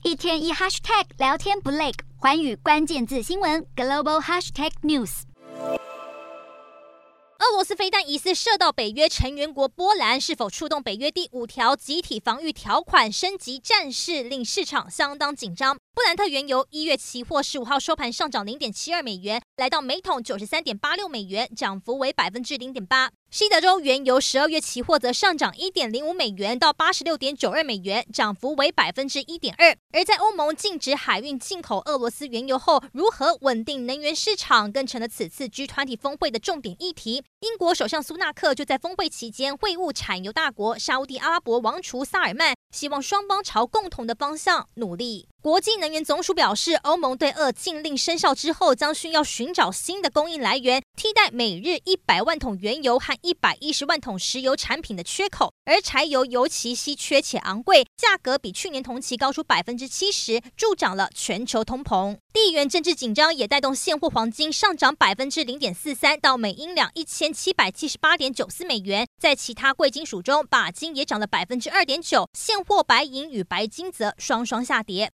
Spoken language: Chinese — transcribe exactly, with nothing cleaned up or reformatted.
一天一 hashtag 聊天不累，寰宇关键字新闻 global hashtag news。 俄罗斯飞弹疑似射到北约成员国波兰，是否触动北约第五条集体防御条款升级战事，令市场相当紧张。布兰特原油一月期货十五号收盘上涨零点七二美元，来到每桶九十三点八六美元，涨幅为百分之零点八。西德州原油十二月期货则上涨一点零五美元到八十六点九二美元，涨幅为百分之一点二。而在欧盟禁止海运进口俄罗斯原油后，如何稳定能源市场，更成了此次 G 二十 峰会的重点议题。英国首相苏纳克就在峰会期间会晤产油大国沙烏地阿拉伯王储萨尔曼，希望双方朝共同的方向努力。国际能源总署表示，欧盟对俄禁令生效之后，将需要寻找新的供应来源，替代每日一百万桶原油和一百一十万桶石油产品的缺口。而柴油尤其稀缺且昂贵，价格比去年同期高出百分之七十，助长了全球通膨。地缘政治紧张也带动现货黄金上涨百分之零点四三，到每英两一千七百七十八点九四美元。在其他贵金属中，钯金也涨了百分之二点九，现货白银与白金则双双下跌。